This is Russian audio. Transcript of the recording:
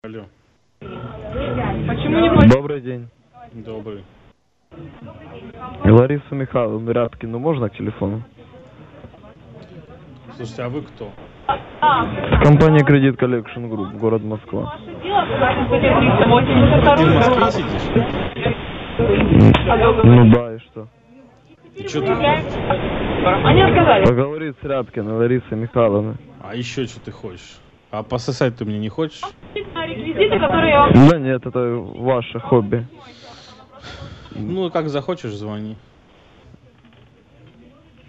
Алло. Почему не можешь? Добрый день. Добрый. Лариса Михайловна Рябкину можно к телефону? Слушайте, а вы кто? Компания Кредит Коллекшн Групп, город Москва. Ты в Москве сидишь? Ну да, и что? И что ты хочешь? Они отказались. Поговорить с Рябкиной Ларисой Михайловной. А еще что ты хочешь? А пососать ты мне не хочешь? Реквизиты, которые я вам... Да нет, это ваше хобби. Ну, как захочешь, звони.